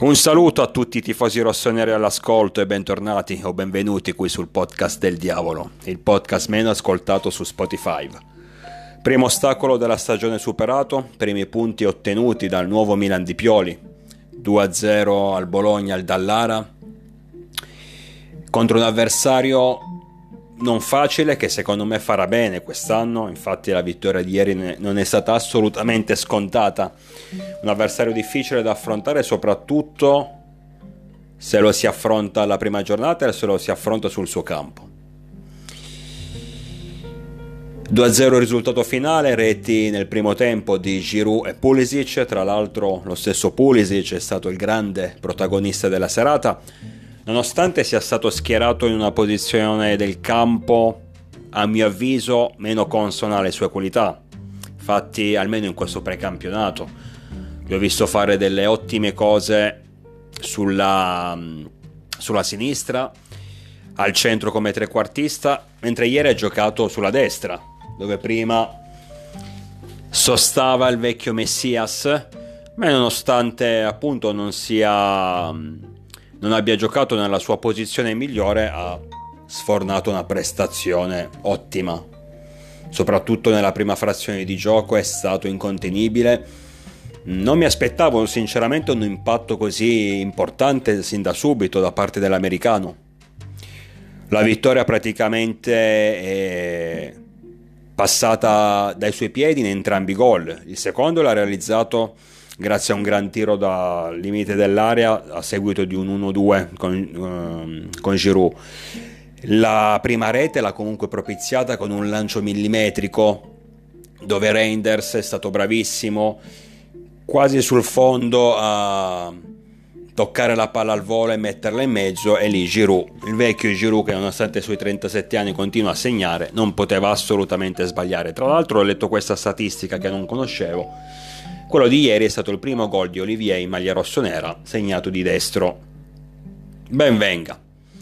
Un saluto a tutti i tifosi rossoneri all'ascolto e bentornati o benvenuti qui sul podcast del diavolo, il podcast meno ascoltato su Spotify. Primo ostacolo della stagione superato, primi punti ottenuti dal nuovo Milan di Pioli, 2-0 al Bologna al Dallara, contro un avversario non facile che secondo me farà bene quest'anno. Infatti la vittoria di ieri non è stata assolutamente scontata, un avversario difficile da affrontare soprattutto se lo si affronta alla prima giornata e se lo si affronta sul suo campo. 2-0 risultato finale, reti nel primo tempo di Giroud e Pulisic. Tra l'altro lo stesso Pulisic è stato il grande protagonista della serata, nonostante sia stato schierato in una posizione del campo a mio avviso meno consona alle sue qualità. Infatti almeno in questo precampionato l'ho visto fare delle ottime cose sulla sinistra, al centro come trequartista, mentre ieri ha giocato sulla destra, dove prima sostava il vecchio Messias, ma nonostante appunto non abbia giocato nella sua posizione migliore, ha sfornato una prestazione ottima. Soprattutto nella prima frazione di gioco è stato incontenibile. Non mi aspettavo sinceramente un impatto così importante sin da subito da parte dell'americano. La vittoria praticamente è passata dai suoi piedi in entrambi i gol. Il secondo l'ha realizzato grazie a un gran tiro dal limite dell'area a seguito di un 1-2 con Giroud. La prima rete l'ha comunque propiziata con un lancio millimetrico dove Reinders è stato bravissimo, quasi sul fondo a toccare la palla al volo e metterla in mezzo, e lì Giroud, il vecchio Giroud che nonostante i suoi 37 anni continua a segnare, non poteva assolutamente sbagliare. Tra l'altro ho letto questa statistica che non conoscevo: quello di ieri è stato il primo gol di Olivier in maglia rossonera segnato di destro. Ben venga.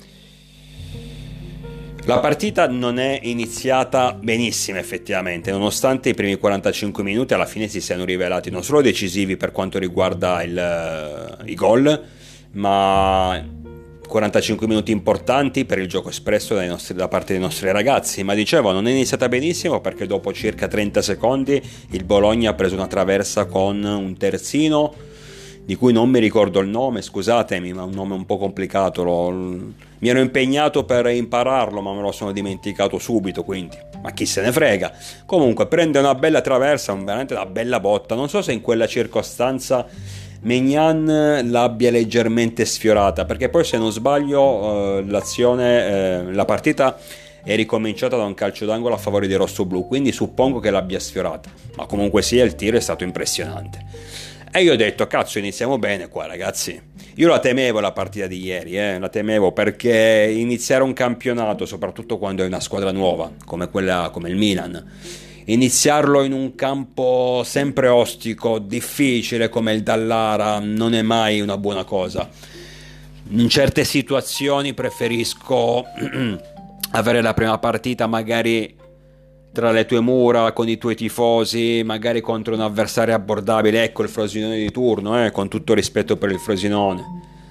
La partita non è iniziata benissimo effettivamente, nonostante i primi 45 minuti alla fine si siano rivelati non solo decisivi per quanto riguarda i gol, ma 45 minuti importanti per il gioco espresso da parte dei nostri ragazzi. Ma dicevo, non è iniziata benissimo perché dopo circa 30 secondi il Bologna ha preso una traversa con un terzino di cui non mi ricordo il nome, scusatemi, ma è un nome un po' complicato. Mi ero impegnato per impararlo, ma me lo sono dimenticato subito, quindi ma chi se ne frega. Comunque prende una bella traversa, veramente una bella botta. Non so se in quella circostanza Maignan l'abbia leggermente sfiorata, perché poi se non sbaglio la partita è ricominciata da un calcio d'angolo a favore dei rossoblù, quindi suppongo che l'abbia sfiorata, ma comunque sia il tiro è stato impressionante. E io ho detto, cazzo, iniziamo bene qua ragazzi. Io la temevo la partita di ieri, la temevo, perché iniziare un campionato, soprattutto quando è una squadra nuova come il Milan, iniziarlo in un campo sempre ostico, difficile come il Dallara, non è mai una buona cosa. In certe situazioni preferisco avere la prima partita magari tra le tue mura, con i tuoi tifosi, magari contro un avversario abbordabile. Ecco il Frosinone di turno, con tutto rispetto per il Frosinone.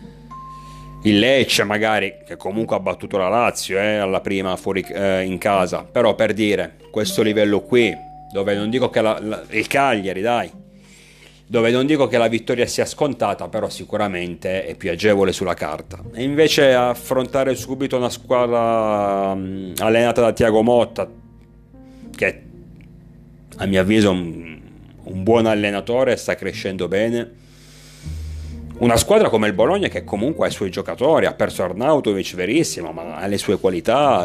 Il Lecce magari, che comunque ha battuto la Lazio alla prima fuori in casa. Però per dire, questo livello qui, dove non dico che il Cagliari, dai, dove non dico che la vittoria sia scontata, però sicuramente è più agevole sulla carta. E invece affrontare subito una squadra allenata da Thiago Motta, che a mio avviso è un buon allenatore, sta crescendo bene. Una squadra come il Bologna che comunque ha i suoi giocatori, ha perso Arnautovic, verissimo, ma ha le sue qualità,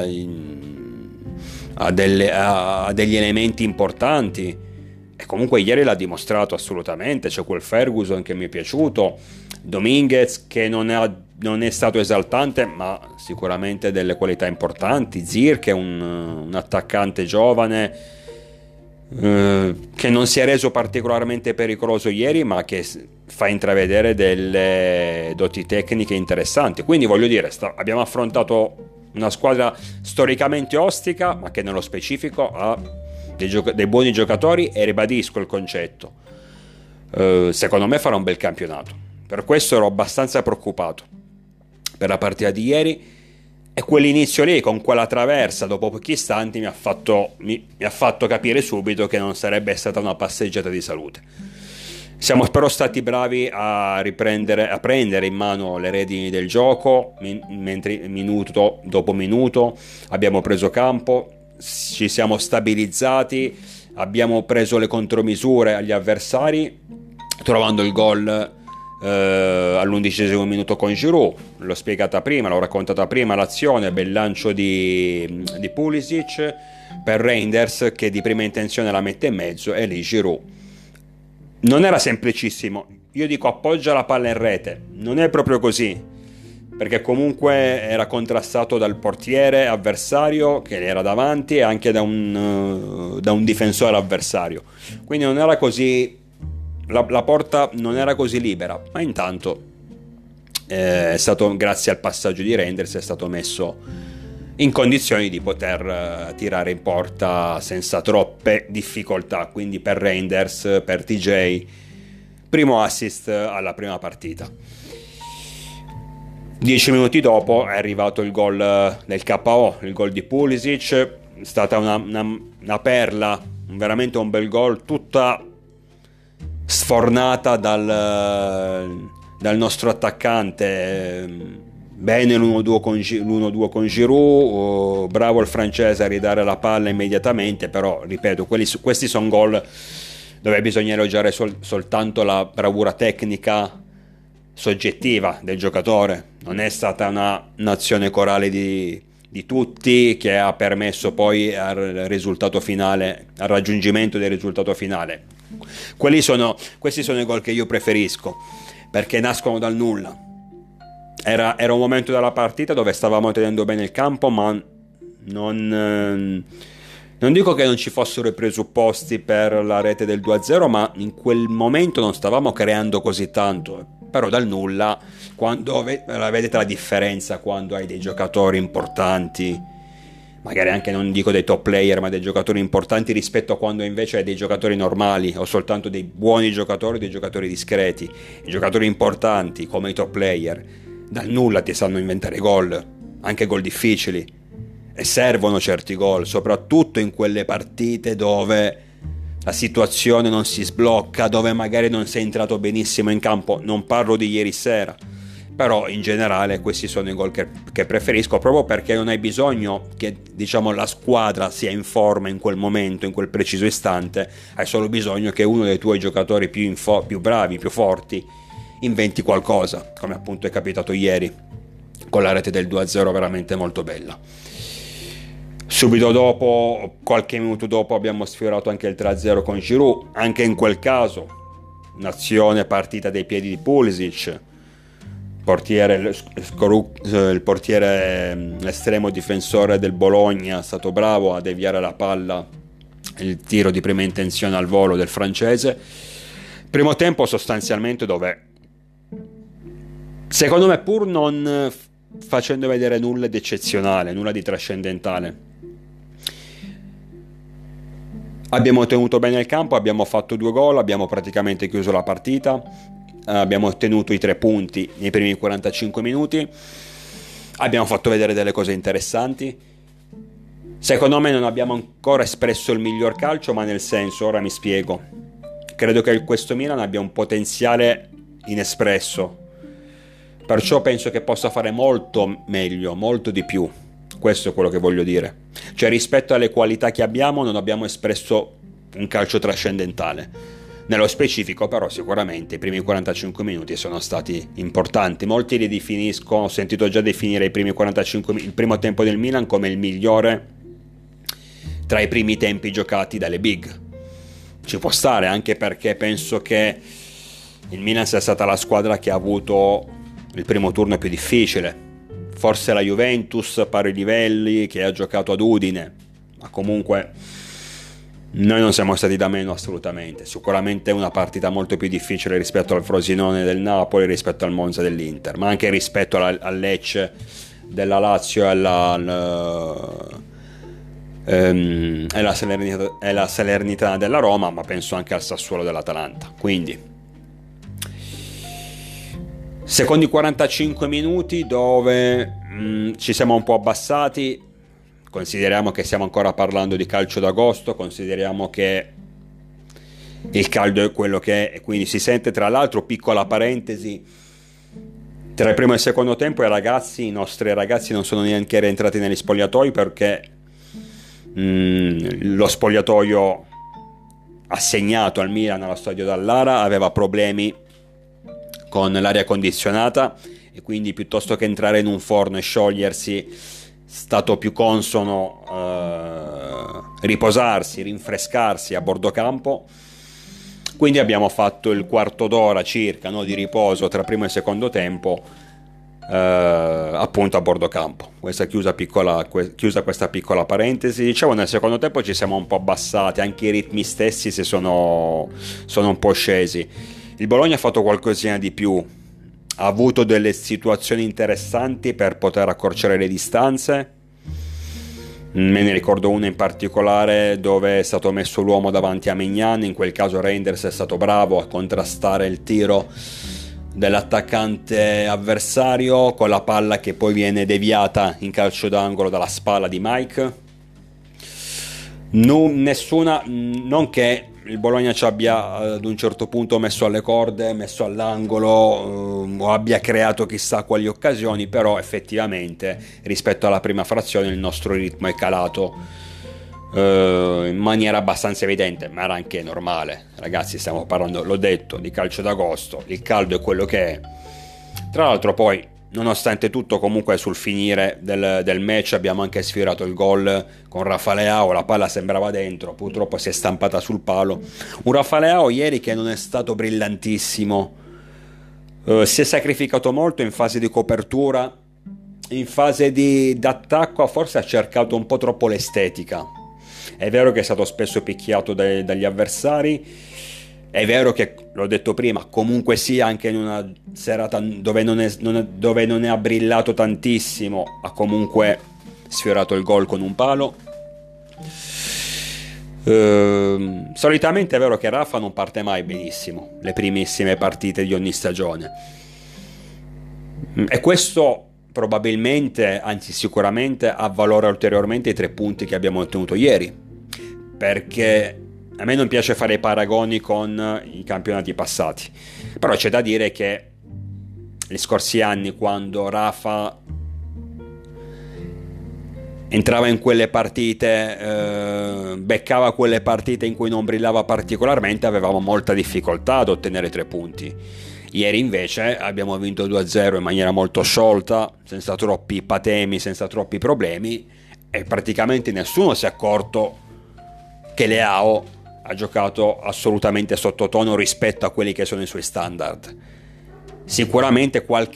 ha degli elementi importanti, e comunque ieri l'ha dimostrato assolutamente. C'è quel Ferguson che mi è piaciuto, Dominguez che non è stato esaltante ma sicuramente delle qualità importanti, Zir che è un attaccante giovane che non si è reso particolarmente pericoloso ieri, ma che fa intravedere delle doti tecniche interessanti. Quindi voglio dire, abbiamo affrontato una squadra storicamente ostica, ma che nello specifico ha dei buoni giocatori, e ribadisco il concetto, secondo me farà un bel campionato, Per questo ero abbastanza preoccupato per la partita di ieri, e quell'inizio lì con quella traversa dopo pochi istanti mi ha fatto capire subito che non sarebbe stata una passeggiata di salute. Siamo però stati bravi a prendere in mano le redini del gioco, mentre minuto dopo minuto abbiamo preso campo, ci siamo stabilizzati, abbiamo preso le contromisure agli avversari, trovando il gol all'11° minuto con Giroud. L'ho spiegata prima, l'ho raccontata prima l'azione, bel lancio di Pulisic per Reinders, che di prima intenzione la mette in mezzo, e lì Giroud. Non era semplicissimo, io dico appoggia la palla in rete, non è proprio così, perché comunque era contrastato dal portiere avversario che era davanti e anche da un difensore avversario, quindi non era così, la porta non era così libera, ma intanto è stato, grazie al passaggio di Reinders, è stato messo in condizioni di poter tirare in porta senza troppe difficoltà. Quindi per Reinders, per TJ, primo assist alla prima partita. 10 minuti dopo è arrivato il gol del KO, il gol di Pulisic. È stata una perla, veramente un bel gol, tutta sfornata dal nostro attaccante. Bene l'1-2 con Giroud, bravo il francese a ridare la palla immediatamente, però ripeto, questi sono gol dove bisogna elogiare soltanto la bravura tecnica soggettiva del giocatore. Non è stata un'azione corale di tutti che ha permesso poi al risultato finale, al raggiungimento del risultato finale. Questi sono i gol che io preferisco, perché nascono dal nulla. Era un momento della partita dove stavamo tenendo bene il campo, ma non dico che non ci fossero i presupposti per la rete del 2-0, ma in quel momento non stavamo creando così tanto. Però dal nulla, quando vedete la differenza quando hai dei giocatori importanti, magari anche non dico dei top player, ma dei giocatori importanti rispetto a quando invece hai dei giocatori normali o soltanto dei buoni giocatori, dei giocatori discreti, i giocatori importanti come i top player. Dal nulla ti sanno inventare gol, anche gol difficili, e servono certi gol, soprattutto in quelle partite dove la situazione non si sblocca, dove magari non sei entrato benissimo in campo. Non parlo di ieri sera, però in generale questi sono i gol che preferisco, proprio perché non hai bisogno che, diciamo, la squadra sia in forma in quel momento, in quel preciso istante. Hai solo bisogno che uno dei tuoi giocatori più bravi, più forti, inventi qualcosa, come appunto è capitato ieri con la rete del 2-0 veramente molto bella. Subito dopo, qualche minuto dopo, abbiamo sfiorato anche il 3-0 con Giroud. Anche in quel caso un'azione partita dai piedi di Pulisic, il portiere estremo difensore del Bologna è stato bravo a deviare la palla, il tiro di prima intenzione al volo del francese. Primo tempo sostanzialmente dove, secondo me, pur non facendo vedere nulla di eccezionale, nulla di trascendentale, abbiamo tenuto bene il campo, abbiamo fatto 2 gol, abbiamo praticamente chiuso la partita, abbiamo ottenuto i 3 punti nei primi 45 minuti, abbiamo fatto vedere delle cose interessanti. Secondo me non abbiamo ancora espresso il miglior calcio, ma nel senso, ora mi spiego, credo che questo Milan abbia un potenziale inespresso, perciò penso che possa fare molto meglio, molto di più. Questo è quello che voglio dire. Cioè, rispetto alle qualità che abbiamo, non abbiamo espresso un calcio trascendentale. Nello specifico, però, sicuramente i primi 45 minuti sono stati importanti. Molti li definiscono, ho sentito già definire il primo tempo del Milan come il migliore tra i primi tempi giocati dalle big. Ci può stare, anche perché penso che il Milan sia stata la squadra che ha avuto il primo turno più difficile. Forse la Juventus a pari livelli, che ha giocato ad Udine, ma comunque noi non siamo stati da meno assolutamente. Sicuramente una partita molto più difficile rispetto al Frosinone del Napoli, rispetto al Monza dell'Inter, ma anche rispetto al Lecce della Lazio e la Salernitana della Roma, ma penso anche al Sassuolo dell'Atalanta. Quindi Secondi 45 minuti dove ci siamo un po' abbassati, consideriamo che stiamo ancora parlando di calcio d'agosto, consideriamo che il caldo è quello che è, e quindi si sente. Tra l'altro, piccola parentesi, tra il primo e il secondo tempo i nostri ragazzi non sono neanche rientrati negli spogliatoi perché lo spogliatoio assegnato al Milan allo stadio Dallara aveva problemi con l'aria condizionata e quindi piuttosto che entrare in un forno e sciogliersi è stato più consono riposarsi, rinfrescarsi a bordo campo. Quindi abbiamo fatto il quarto d'ora circa, no, di riposo tra primo e secondo tempo appunto a bordo campo. Chiusa questa piccola parentesi, dicevo, nel secondo tempo ci siamo un po' abbassati, anche i ritmi stessi sono un po' scesi. Il Bologna ha fatto qualcosina di più, ha avuto delle situazioni interessanti per poter accorciare le distanze. Me ne ricordo una in particolare dove è stato messo l'uomo davanti a Maignan, in quel caso Reinders è stato bravo a contrastare il tiro dell'attaccante avversario con la palla che poi viene deviata in calcio d'angolo dalla spalla di Mike. Non che il Bologna ci abbia ad un certo punto messo alle corde, messo all'angolo o abbia creato chissà quali occasioni, però effettivamente rispetto alla prima frazione il nostro ritmo è calato in maniera abbastanza evidente, ma era anche normale. Ragazzi, stiamo parlando, l'ho detto, di calcio d'agosto, il caldo è quello che è. Tra l'altro poi, nonostante tutto, comunque sul finire del match abbiamo anche sfiorato il gol con Rafa Leao, la palla sembrava dentro, purtroppo si è stampata sul palo. Un Rafa Leao ieri che non è stato brillantissimo, si è sacrificato molto in fase di copertura, in fase d'attacco forse ha cercato un po' troppo l'estetica. È vero che è stato spesso picchiato dagli avversari, è vero che, l'ho detto prima, comunque sia anche in una serata dove non è brillato tantissimo, ha comunque sfiorato il gol con un palo. Solitamente è vero che Rafa non parte mai benissimo le primissime partite di ogni stagione, e questo probabilmente, anzi sicuramente, avvalora ulteriormente i 3 punti che abbiamo ottenuto ieri, perché a me non piace fare i paragoni con i campionati passati, però c'è da dire che gli scorsi anni, quando Rafa entrava in quelle partite, beccava quelle partite in cui non brillava particolarmente, avevamo molta difficoltà ad ottenere 3 punti. Ieri invece abbiamo vinto 2-0 in maniera molto sciolta, senza troppi patemi, senza troppi problemi, e praticamente nessuno si è accorto che Leao ha giocato assolutamente sottotono rispetto a quelli che sono i suoi standard. Sicuramente qualche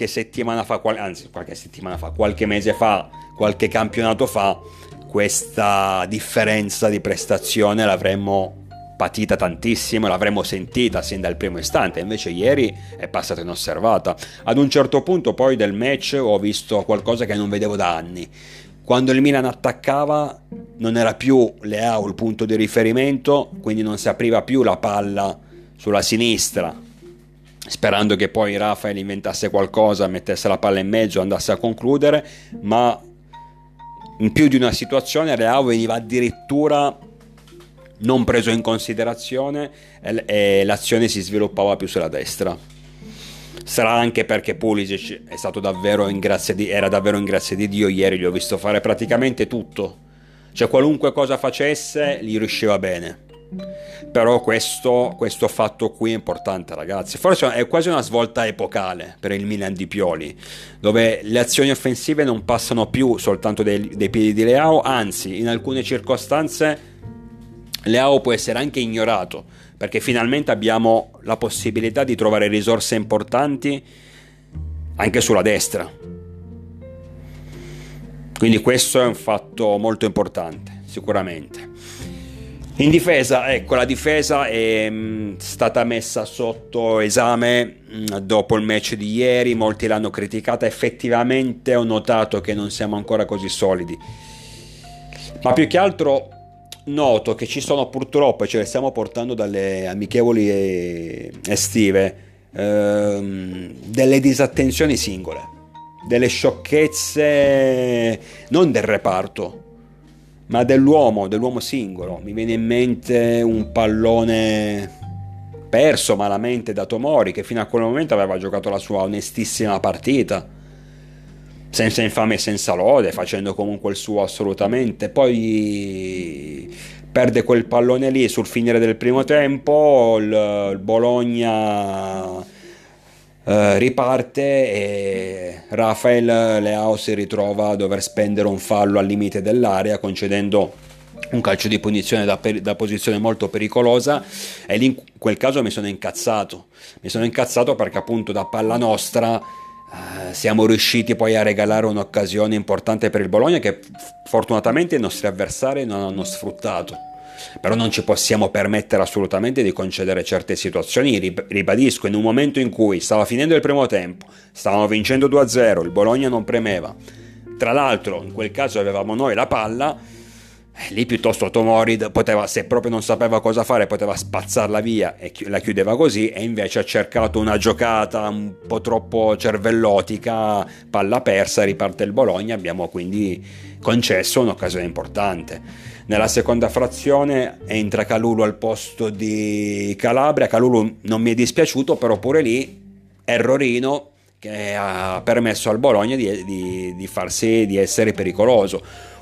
mese fa, qualche campionato fa, questa differenza di prestazione l'avremmo patita tantissimo, l'avremmo sentita sin dal primo istante, invece ieri è passata inosservata. Ad un certo punto poi del match ho visto qualcosa che non vedevo da anni. Quando il Milan attaccava non era più Leao il punto di riferimento, quindi non si apriva più la palla sulla sinistra, sperando che poi Rafael inventasse qualcosa, mettesse la palla in mezzo e andasse a concludere, ma in più di una situazione Leao veniva addirittura non preso in considerazione e l'azione si sviluppava più sulla destra. Sarà anche perché Pulisic era davvero in grazia di Dio. Ieri gli ho visto fare praticamente tutto, cioè qualunque cosa facesse gli riusciva bene. Però questo fatto qui è importante, ragazzi. Forse è quasi una svolta epocale per il Milan di Pioli, dove le azioni offensive non passano più soltanto dei piedi di Leao, anzi in alcune circostanze Leao può essere anche ignorato, perché finalmente abbiamo la possibilità di trovare risorse importanti anche sulla destra. Quindi questo è un fatto molto importante, sicuramente. In difesa, ecco, la difesa è stata messa sotto esame dopo il match di ieri, molti l'hanno criticata, effettivamente ho notato che non siamo ancora così solidi, ma più che altro noto che ci sono, purtroppo, e ce le stiamo portando dalle amichevoli estive, delle disattenzioni singole, delle sciocchezze non del reparto, ma dell'uomo singolo. Mi viene in mente un pallone perso malamente da Tomori, che fino a quel momento aveva giocato la sua onestissima partita, senza infame e senza lode, facendo comunque il suo assolutamente. Poi perde quel pallone lì sul finire del primo tempo, il Bologna riparte e Rafael Leao si ritrova a dover spendere un fallo al limite dell'area, concedendo un calcio di punizione da posizione molto pericolosa, e lì in quel caso mi sono incazzato perché appunto da palla nostra siamo riusciti poi a regalare un'occasione importante per il Bologna che fortunatamente i nostri avversari non hanno sfruttato. Però non ci possiamo permettere assolutamente di concedere certe situazioni. Ribadisco, in un momento in cui stava finendo il primo tempo, stavamo vincendo 2-0, il Bologna non premeva, tra l'altro in quel caso avevamo noi la palla, lì piuttosto Tomori poteva, se proprio non sapeva cosa fare, poteva spazzarla via e la chiudeva così, e invece ha cercato una giocata un po' troppo cervellotica, palla persa, riparte il Bologna, abbiamo quindi concesso un'occasione importante. Nella seconda frazione entra Kalulu al posto di Calabria. Kalulu non mi è dispiaciuto, però pure lì errorino che ha permesso al Bologna di farsi, di essere pericoloso.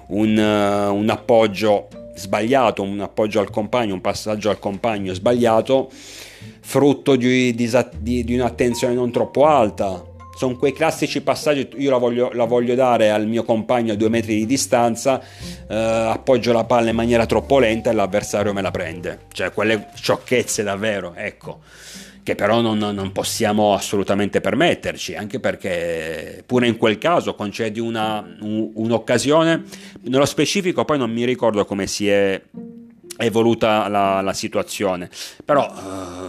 Un appoggio sbagliato, un appoggio al compagno, un passaggio al compagno sbagliato, frutto di un'attenzione non troppo alta. Sono quei classici passaggi, io la voglio dare al mio compagno a 2 metri di distanza, appoggio la palla in maniera troppo lenta e l'avversario me la prende. Cioè quelle sciocchezze davvero, ecco, che però non possiamo assolutamente permetterci, anche perché pure in quel caso concedi un'occasione. Nello specifico poi non mi ricordo come si è evoluta la situazione, però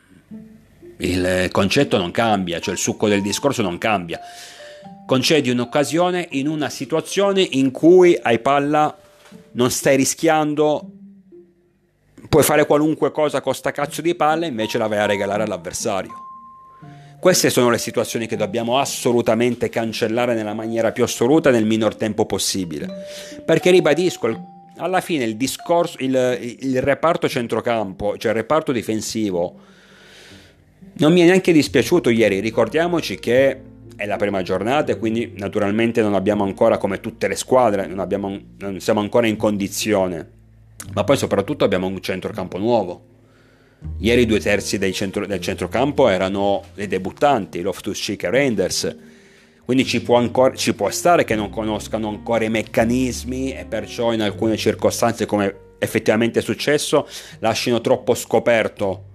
il concetto non cambia, cioè il succo del discorso non cambia. Concedi un'occasione in una situazione in cui hai palla, non stai rischiando, puoi fare qualunque cosa con sta cazzo di palla, invece la vai a regalare all'avversario. Queste sono le situazioni che dobbiamo assolutamente cancellare nella maniera più assoluta nel minor tempo possibile, perché ribadisco, alla fine il discorso, il reparto centrocampo, cioè il reparto difensivo, non mi è neanche dispiaciuto ieri. Ricordiamoci che è la prima giornata e quindi naturalmente non abbiamo ancora, come tutte le squadre, non siamo ancora in condizione, ma poi soprattutto abbiamo un centrocampo nuovo. Ieri 2/3 del centrocampo erano dei debuttanti, Loftus-Cheek e Reinders, quindi ci può stare che non conoscano ancora i meccanismi e perciò in alcune circostanze, come effettivamente è successo, lasciano troppo scoperto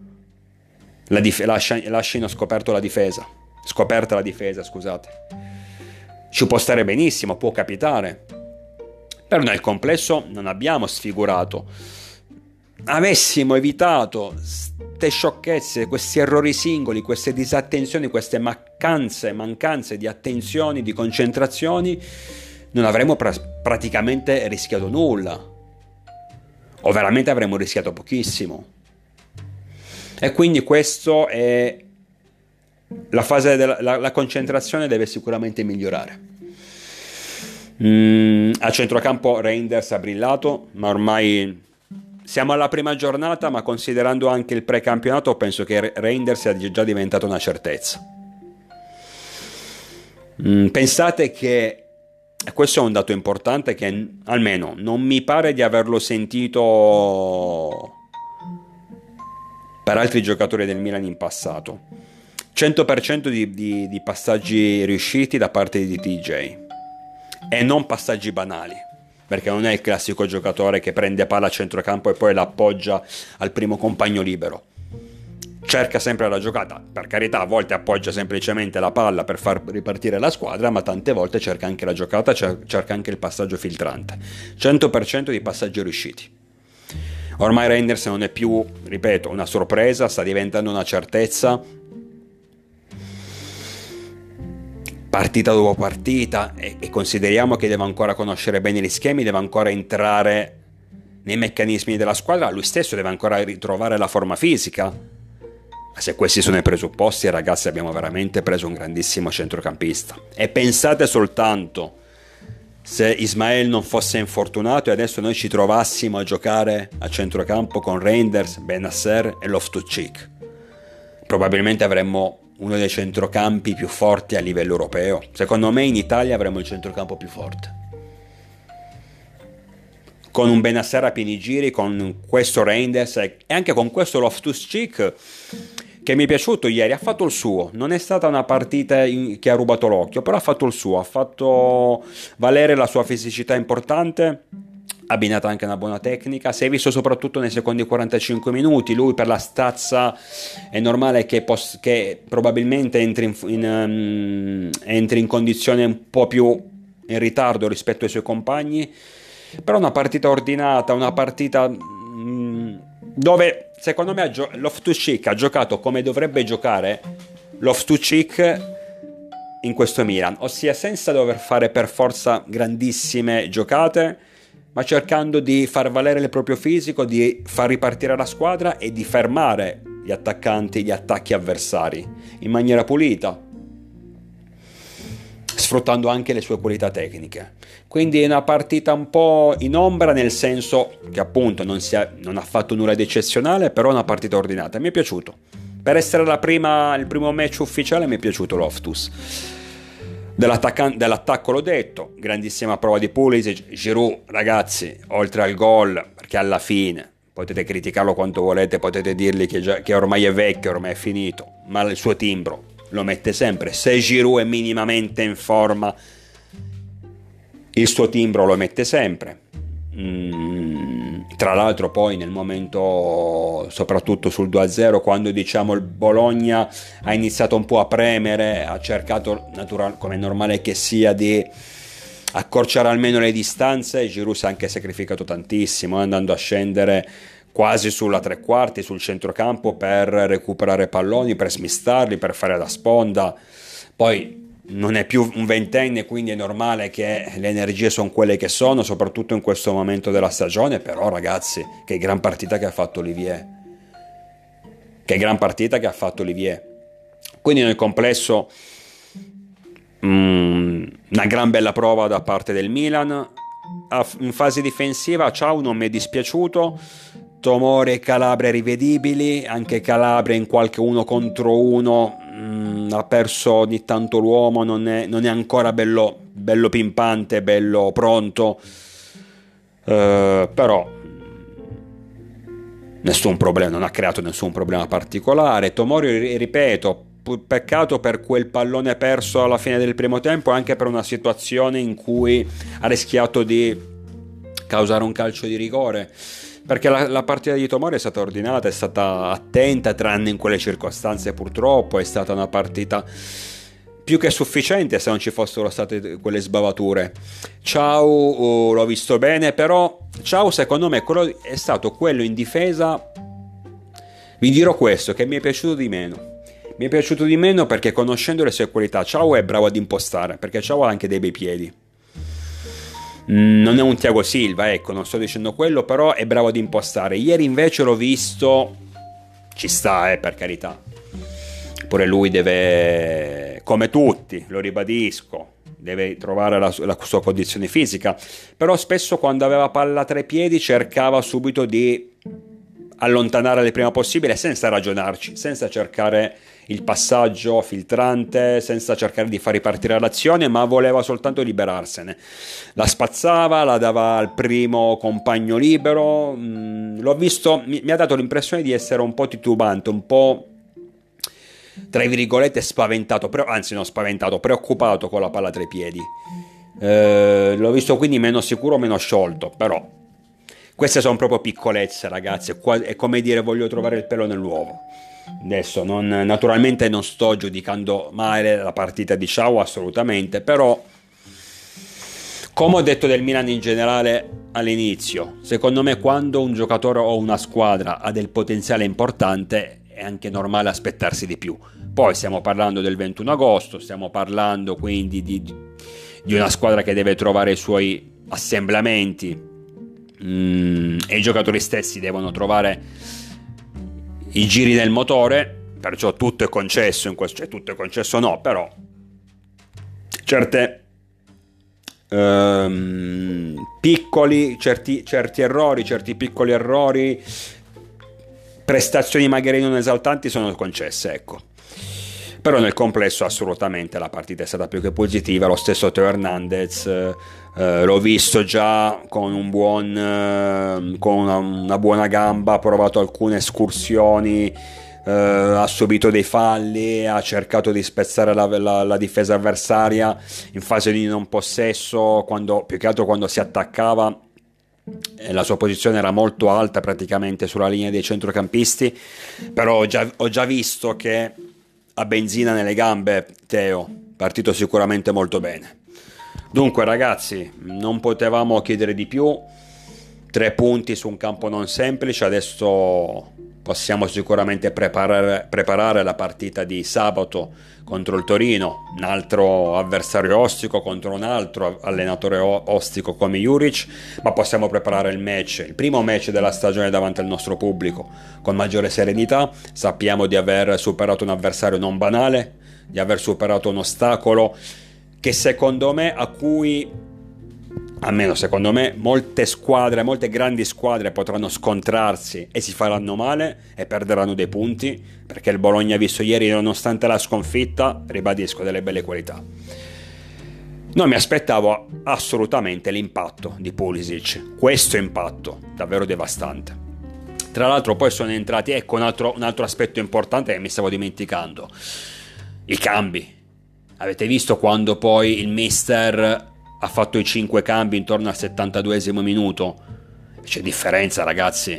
lasciano scoperta la difesa, scusate. Ci può stare benissimo, può capitare, però nel complesso non abbiamo sfigurato. Avessimo evitato queste sciocchezze, questi errori singoli, queste disattenzioni, queste mancanze di attenzioni, di concentrazioni, non avremmo praticamente rischiato nulla, o veramente avremmo rischiato pochissimo. E quindi questo è la fase la concentrazione deve sicuramente migliorare. A centrocampo Reinders ha brillato, ma ormai siamo alla prima giornata, ma considerando anche il precampionato penso che Reinders sia già diventato una certezza. Pensate che questo è un dato importante che almeno non mi pare di averlo sentito per altri giocatori del Milan in passato. 100% di passaggi riusciti da parte di TJ, e non passaggi banali, perché non è il classico giocatore che prende palla a centrocampo e poi la appoggia al primo compagno libero. Cerca sempre la giocata, per carità, a volte appoggia semplicemente la palla per far ripartire la squadra, ma tante volte cerca anche la giocata, cerca anche il passaggio filtrante. 100% di passaggi riusciti. Ormai Reinders non è più, ripeto, una sorpresa, sta diventando una certezza. Partita dopo partita, e consideriamo che deve ancora conoscere bene gli schemi, deve ancora entrare nei meccanismi della squadra, lui stesso deve ancora ritrovare la forma fisica. Se questi sono i presupposti, ragazzi, abbiamo veramente preso un grandissimo centrocampista. E pensate soltanto se Ismael non fosse infortunato e adesso noi ci trovassimo a giocare a centrocampo con Reinders, Bennacer e Loftus-Cheek. Probabilmente avremmo uno dei centrocampi più forti a livello europeo. Secondo me in Italia avremmo il centrocampo più forte. Con un Bennacer a pieni giri, con questo Reinders e anche con questo Loftus-Cheek che mi è piaciuto ieri, ha fatto il suo. Non è stata una partita che ha rubato l'occhio, però ha fatto il suo, ha fatto valere la sua fisicità importante, abbinata anche a una buona tecnica. Si è visto soprattutto nei secondi 45 minuti. Lui per la stazza è normale che probabilmente entri in condizione un po' più in ritardo rispetto ai suoi compagni, però una partita ordinata, una partita dove secondo me Loftus-Cheek ha giocato come dovrebbe giocare Loftus-Cheek in questo Milan, ossia senza dover fare per forza grandissime giocate, ma cercando di far valere il proprio fisico, di far ripartire la squadra e di fermare gli attaccanti, gli attacchi avversari in maniera pulita, sfruttando anche le sue qualità tecniche. Quindi è una partita un po' in ombra, nel senso che appunto non ha fatto nulla di eccezionale, però è una partita ordinata. Mi è piaciuto. Per essere il primo match ufficiale mi è piaciuto Loftus. Dell'attacco l'ho detto, grandissima prova di Pulisic. Giroud, ragazzi, oltre al gol, perché alla fine potete criticarlo quanto volete, potete dirgli che ormai è vecchio, ormai è finito, ma il suo timbro lo mette sempre. Se Giroud è minimamente in forma, il suo timbro lo mette sempre. Tra l'altro poi nel momento, soprattutto sul 2-0, quando diciamo il Bologna ha iniziato un po' a premere, ha cercato, come è normale che sia, di accorciare almeno le distanze, Giroud si è anche sacrificato tantissimo, andando a scendere quasi sulla tre quarti, sul centrocampo, per recuperare palloni, per smistarli, per fare da sponda. Poi non è più un ventenne, quindi è normale che le energie sono quelle che sono, soprattutto in questo momento della stagione. Però ragazzi, che gran partita che ha fatto Olivier, quindi nel complesso una gran bella prova da parte del Milan. In fase difensiva Ciao non mi è dispiaciuto, Tomori e Calabria rivedibili, anche Calabria in qualche uno contro uno ha perso ogni tanto l'uomo, non è ancora bello pimpante, bello pronto, però nessun problema, non ha creato nessun problema particolare. Tomori, ripeto, peccato per quel pallone perso alla fine del primo tempo, anche per una situazione in cui ha rischiato di causare un calcio di rigore, perché la partita di Tomori è stata ordinata, è stata attenta, tranne in quelle circostanze purtroppo. È stata una partita più che sufficiente se non ci fossero state quelle sbavature. Ciao, l'ho visto bene, però Ciao secondo me è stato quello in difesa, vi dirò questo, che mi è piaciuto di meno, perché conoscendo le sue qualità Ciao è bravo ad impostare, perché Ciao ha anche dei bei piedi. Non è un Thiago Silva, ecco, non sto dicendo quello, però è bravo ad impostare. Ieri invece l'ho visto, ci sta, per carità, pure lui deve, come tutti, lo ribadisco, deve trovare la sua condizione fisica, però spesso quando aveva palla tra i piedi cercava subito di allontanare il prima possibile, senza ragionarci, senza cercare il passaggio filtrante, senza cercare di far ripartire l'azione, ma voleva soltanto liberarsene. La spazzava, la dava al primo compagno libero. L'ho visto, mi ha dato l'impressione di essere un po' titubante, un po', tra virgolette, spaventato, anzi non spaventato, preoccupato con la palla tra i piedi. L'ho visto quindi meno sicuro, meno sciolto, però queste sono proprio piccolezze, ragazzi. È come dire voglio trovare il pelo nell'uovo. Adesso naturalmente non sto giudicando male la partita di Ciao, assolutamente, però come ho detto del Milan in generale all'inizio, secondo me quando un giocatore o una squadra ha del potenziale importante è anche normale aspettarsi di più. Poi stiamo parlando del 21 agosto, stiamo parlando quindi di una squadra che deve trovare i suoi assemblamenti, e i giocatori stessi devono trovare i giri del motore, perciò tutto è concesso in questo, cioè tutto è concesso no, però certe certi errori, certi piccoli errori, prestazioni magari non esaltanti sono concesse, ecco. Però nel complesso assolutamente la partita è stata più che positiva. Lo stesso Teo Hernandez l'ho visto già con con una buona gamba, ha provato alcune escursioni, ha subito dei falli, ha cercato di spezzare la difesa avversaria in fase di non possesso, più che altro quando si attaccava. La sua posizione era molto alta, praticamente sulla linea dei centrocampisti, però ho già visto che ha benzina nelle gambe Teo, partito sicuramente molto bene. Dunque ragazzi, non potevamo chiedere di più, 3 punti su un campo non semplice. Adesso possiamo sicuramente preparare la partita di sabato contro il Torino, un altro avversario ostico contro un altro allenatore ostico come Juric, ma possiamo preparare il primo match della stagione davanti al nostro pubblico con maggiore serenità. Sappiamo di aver superato un avversario non banale, di aver superato un ostacolo che almeno secondo me, molte grandi squadre potranno scontrarsi e si faranno male e perderanno dei punti, perché il Bologna ha visto ieri, nonostante la sconfitta, ribadisco, delle belle qualità. Non mi aspettavo assolutamente l'impatto di Pulisic, questo impatto davvero devastante. Tra l'altro poi sono entrati, ecco un altro aspetto importante che mi stavo dimenticando, i cambi. Avete visto quando poi il mister ha fatto i 5 cambi intorno al 72esimo minuto? C'è differenza, ragazzi.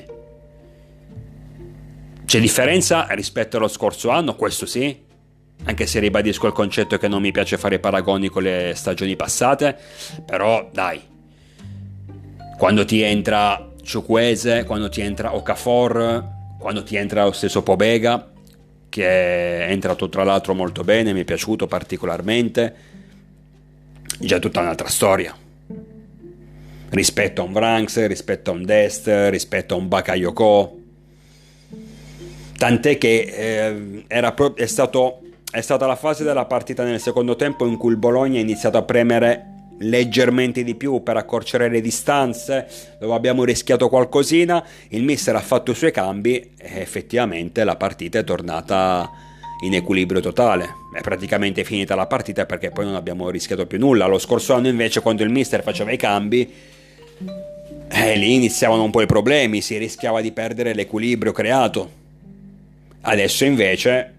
C'è differenza rispetto allo scorso anno, questo sì. Anche se ribadisco il concetto che non mi piace fare paragoni con le stagioni passate. Però, dai. Quando ti entra Chukwueze, quando ti entra Okafor, quando ti entra lo stesso Pobega, che è entrato tra l'altro molto bene, mi è piaciuto particolarmente, già tutta un'altra storia rispetto a un Branks, rispetto a un Dest, rispetto a un Bakayoko, tant'è che è stata la fase della partita nel secondo tempo in cui il Bologna ha iniziato a premere leggermente di più per accorciare le distanze, dove abbiamo rischiato qualcosina. Il mister ha fatto i suoi cambi e effettivamente la partita è tornata in equilibrio totale. È praticamente finita la partita perché poi non abbiamo rischiato più nulla. Lo scorso anno invece, quando il mister faceva i cambi, lì iniziavano un po' i problemi, si rischiava di perdere l'equilibrio creato. Adesso invece,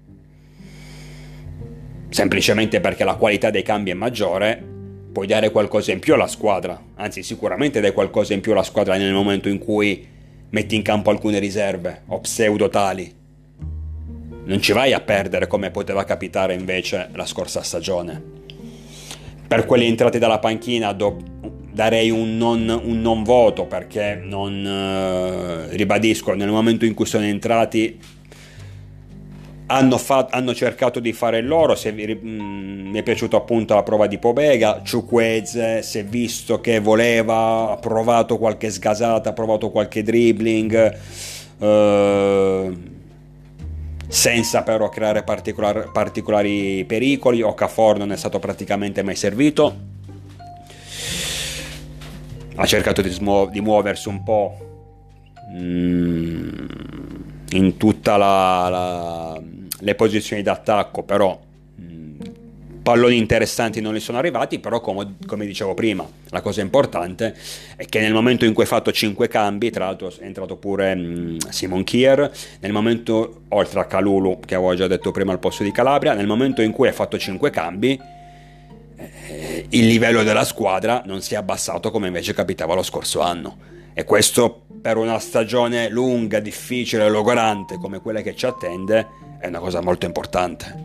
semplicemente perché la qualità dei cambi è maggiore, puoi dare qualcosa in più alla squadra, anzi sicuramente dai qualcosa in più alla squadra nel momento in cui metti in campo alcune riserve o pseudo tali. Non ci vai a perdere come poteva capitare invece la scorsa stagione. Per quelli entrati dalla panchina darei un non voto, perché ribadisco, nel momento in cui sono entrati hanno cercato di fare il loro. Mi è piaciuto appunto la prova di Pobega. Chukwueze si è visto che voleva, ha provato qualche sgasata, ha provato qualche dribbling, senza però creare particolari pericoli. Okafor non è stato praticamente mai servito, ha cercato di muoversi un po' in tutta le posizioni d'attacco, però palloni interessanti non li sono arrivati. Però come dicevo prima, la cosa importante è che nel momento in cui hai fatto 5 cambi, tra l'altro è entrato pure Simon Kier, nel momento, oltre a Kalulu che avevo già detto prima al posto di Calabria, nel momento in cui hai fatto 5 cambi, il livello della squadra non si è abbassato come invece capitava lo scorso anno, e questo per una stagione lunga, difficile, logorante come quella che ci attende è una cosa molto importante.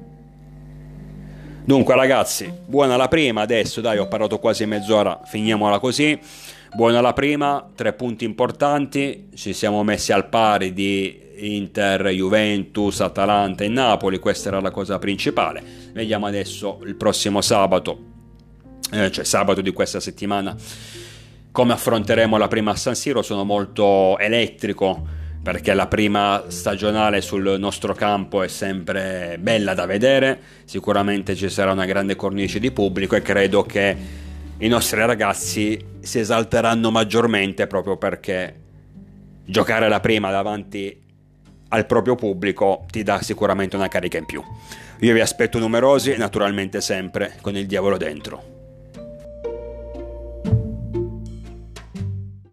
Dunque ragazzi, buona la prima. Adesso dai, ho parlato quasi mezz'ora, finiamola così. Buona la prima, 3 punti importanti, ci siamo messi al pari di Inter, Juventus, Atalanta e Napoli, questa era la cosa principale. Vediamo adesso il prossimo sabato, cioè sabato di questa settimana, come affronteremo la prima a San Siro. Sono molto elettrico perché la prima stagionale sul nostro campo è sempre bella da vedere, sicuramente ci sarà una grande cornice di pubblico e credo che i nostri ragazzi si esalteranno maggiormente proprio perché giocare la prima davanti al proprio pubblico ti dà sicuramente una carica in più. Io vi aspetto numerosi, naturalmente sempre con il diavolo dentro.